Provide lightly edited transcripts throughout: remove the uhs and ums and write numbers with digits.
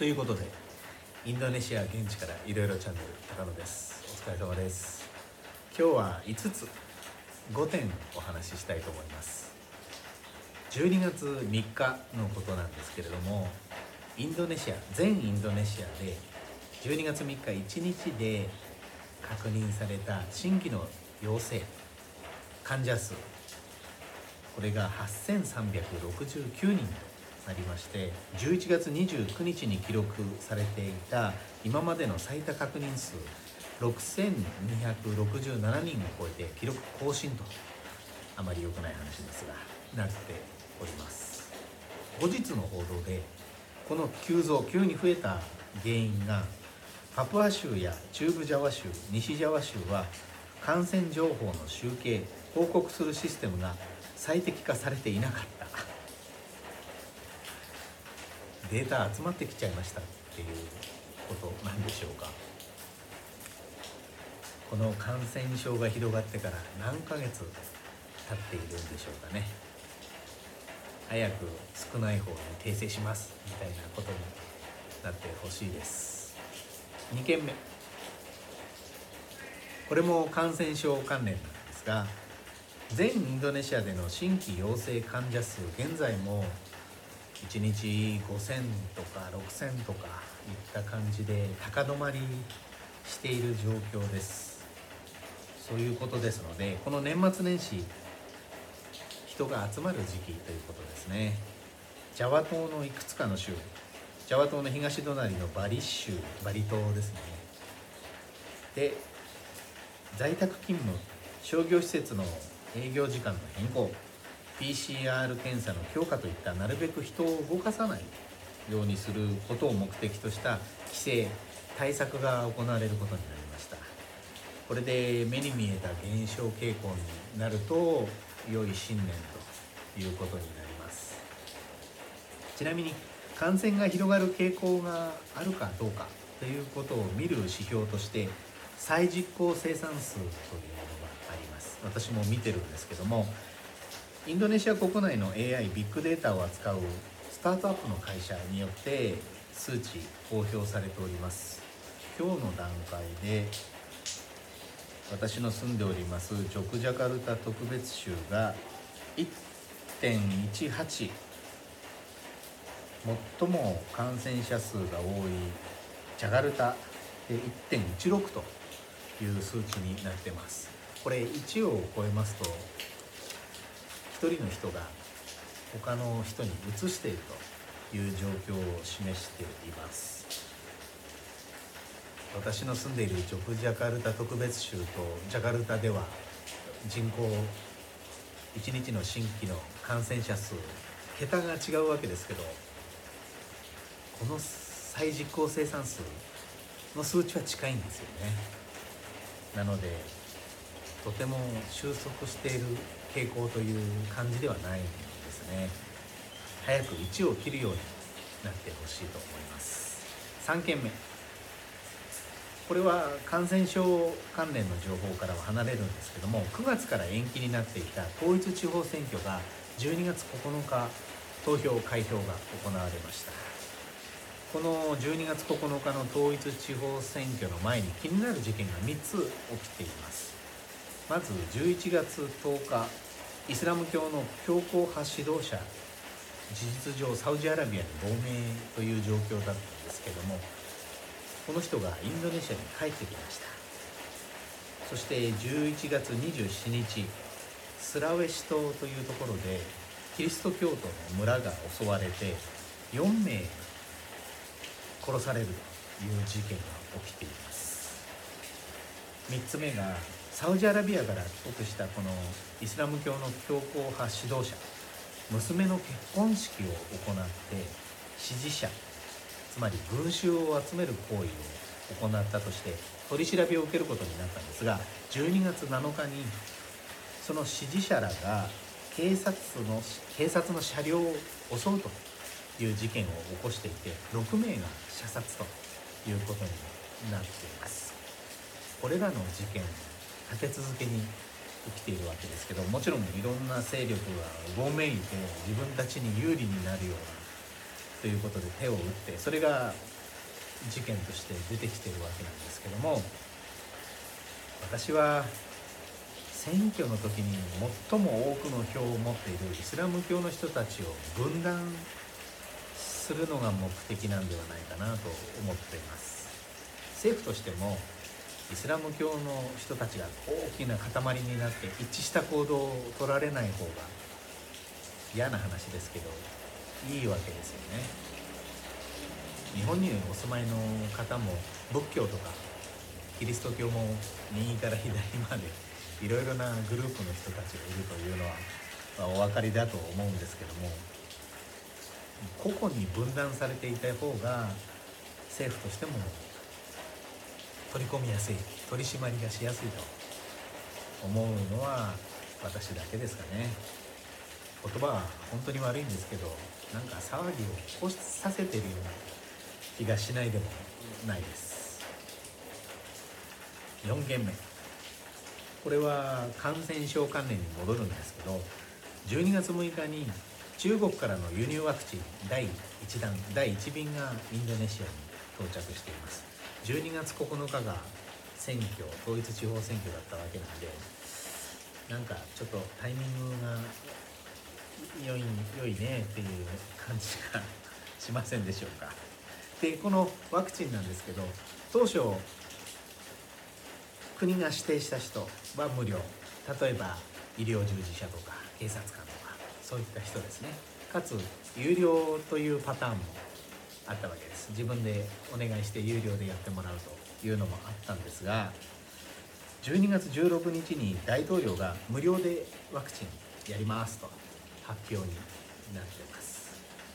ということで、インドネシア現地からいろいろチャンネル高野です。お疲れ様です。今日は5点お話ししたいと思います。12月3日のことなんですけれども、全インドネシアで12月3日1日で確認された新規の陽性患者数、これが8369人となりまして、11月29日に記録されていた今までの最多確認数6267人を超えて記録更新と、あまり良くない話ですがなっております。後日の報道で、この急に増えた原因が、パプア州や中部ジャワ州、西ジャワ州は感染情報の集計報告するシステムが最適化されていなかった、データ集まってきちゃいましたっていうことなんでしょうか。この感染症が広がってから何ヶ月経っているんでしょうかね。早く少ない方に訂正しますみたいなことになってほしいです。2件目、これも感染症関連なんですが、全インドネシアでの新規陽性患者数、現在も1日5000とか6000とかいった感じで高止まりしている状況です。そういうことですので、この年末年始人が集まる時期ということですね。ジャワ島のいくつかの州、ジャワ島の東隣のバリ島ですね。で、在宅勤務、商業施設の営業時間の変更、PCR 検査の強化といった、なるべく人を動かさないようにすることを目的とした規制対策が行われることになりました。これで目に見えた減少傾向になると良い新年ということになります。ちなみに感染が広がる傾向があるかどうかということを見る指標として、再実行生産数というものがあります。私も見てるんですけども、インドネシア国内の AI ビッグデータを扱うスタートアップの会社によって数値公表されております。今日の段階で私の住んでおりますジョクジャカルタ特別州が 1.18、 最も感染者数が多いジャカルタで 1.16 という数値になっています。これ1を超えますと、1人の人が他の人に移しているという状況を示しています。私の住んでいるジョクジャカルタ特別州とジャカルタでは人口1日の新規の感染者数、桁が違うわけですけど、この再実行生産数の数値は近いんですよね。なのでとても収束している傾向という感じではないんですね。早く1を切るようになってほしいと思います。3件目、これは感染症関連の情報からは離れるんですけども、9月から延期になっていた統一地方選挙が12月9日開票が行われました。この12月9日の統一地方選挙の前に気になる事件が3つ起きています。まず11月10日、イスラム教の強硬派指導者、事実上サウジアラビアに亡命という状況だったんですけども、この人がインドネシアに帰ってきました。そして11月27日、スラウェシ島というところでキリスト教徒の村が襲われて4名殺されるという事件が起きています。3つ目が、サウジアラビアから帰国したこのイスラム教の強硬派指導者、娘の結婚式を行って支持者、つまり群衆を集める行為を行ったとして取り調べを受けることになったんですが、12月7日にその支持者らが警察の車両を襲うという事件を起こしていて、6名が射殺ということになっています。これらの事件立て続けに起きているわけですけど、もちろんいろんな勢力がうごめいて自分たちに有利になるようなということで手を打って、それが事件として出てきているわけなんですけども、私は選挙の時に最も多くの票を持っているイスラム教の人たちを分断するのが目的なんではないかなと思っています。政府としてもイスラム教の人たちが大きな塊になって一致した行動を取られない方が嫌な話ですけどいいわけですよね。日本にお住まいの方も仏教とかキリスト教も右から左までいろいろなグループの人たちがいるというのは、お分かりだと思うんですけども、個々に分断されていた方が政府としても取り込みやすい、取り締まりがしやすいと思うのは私だけですかね。言葉は本当に悪いんですけど、なんか騒ぎを起こさせているような気がしないでもないです。4件目、これは感染症関連に戻るんですけど、12月6日に中国からの輸入ワクチン第1弾第1便がインドネシアに到着しています。12月9日が選挙、統一地方選挙だったわけなんで、なんかちょっとタイミングが良いねっていう感じがしませんでしょうか。で、このワクチンなんですけど、当初国が指定した人は無料、例えば医療従事者とか警察官とかそういった人ですね。かつ有料というパターンもあったわけです。自分でお願いして有料でやってもらうというのもあったんですが、12月16日に大統領が無料でワクチンやりますと発表になってます。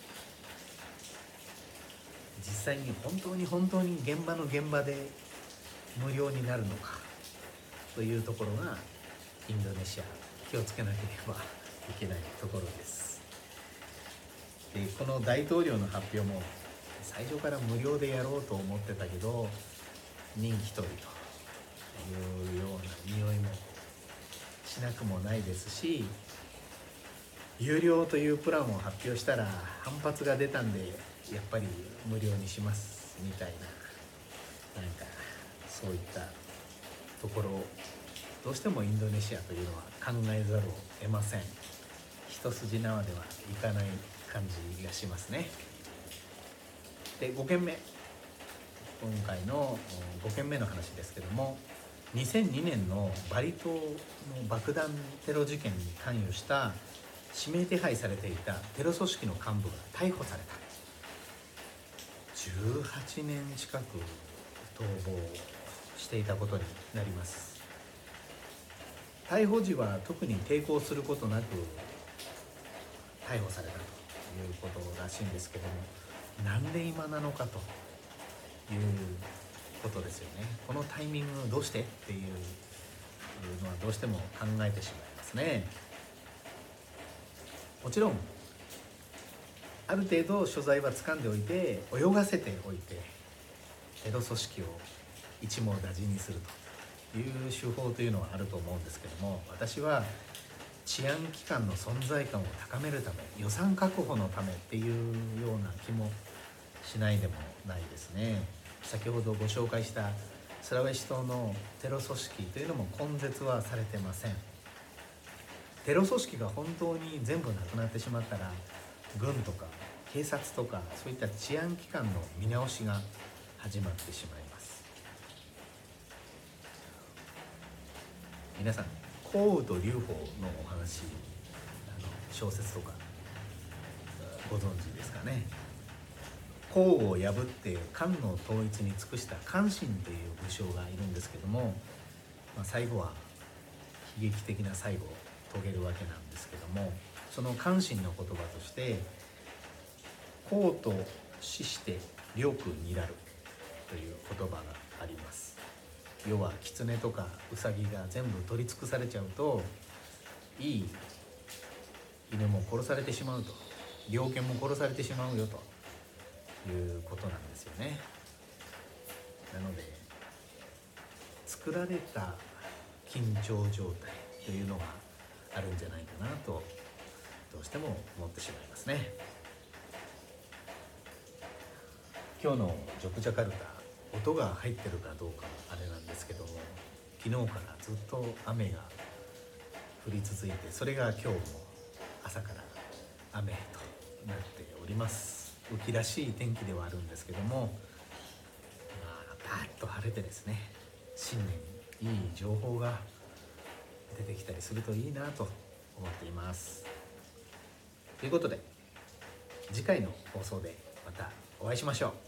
実際に本当に現場の現場で無料になるのかというところがインドネシア気をつけなければいけないところです。で、この大統領の発表も最初から無料でやろうと思ってたけど人気取りというような匂いもしなくもないですし、有料というプランを発表したら反発が出たんでやっぱり無料にしますみたいな、なんかそういったところをどうしてもインドネシアというのは考えざるを得ません。一筋縄ではいかない感じがしますね。で、5件目、今回の5件目の話ですけども、2002年のバリ島の爆弾テロ事件に関与した指名手配されていたテロ組織の幹部が逮捕された。18年近く逃亡していたことになります。逮捕時は特に抵抗することなく逮捕されたということらしいんですけども、なんで今なのかということですよね。このタイミングどうしてっていうのはどうしても考えてしまいますね。もちろんある程度所在は掴んでおいて泳がせておいてテロ組織を一網打尽にするという手法というのはあると思うんですけども、私は治安機関の存在感を高めるため、予算確保のためっていうような気もしないでもないですね。先ほどご紹介したスラウェシ島のテロ組織というのも根絶はされてません。テロ組織が本当に全部なくなってしまったら、軍とか警察とかそういった治安機関の見直しが始まってしまいます。皆さん、降雨と流法のお話、小説とかご存知ですかね。項を破って漢の統一に尽くした漢信という武将がいるんですけども、最後は悲劇的な最後を遂げるわけなんですけども、その漢信の言葉として項と死して領空にらるという言葉があります。要は狐とかウサギが全部取り尽くされちゃうと、いい犬も殺されてしまうと、猟犬も殺されてしまうよということなんですよね。なので作られた緊張状態というのがあるんじゃないかなとどうしても思ってしまいますね。 今日のジョクジャカルタ、音が入ってるかどうかあれなんですけども、昨日からずっと雨が降り続いて、それが今日も朝から雨となっております。雨季らしい天気ではあるんですけども、パッと晴れてですね、新年いい情報が出てきたりするといいなと思っています。ということで、次回の放送でまたお会いしましょう。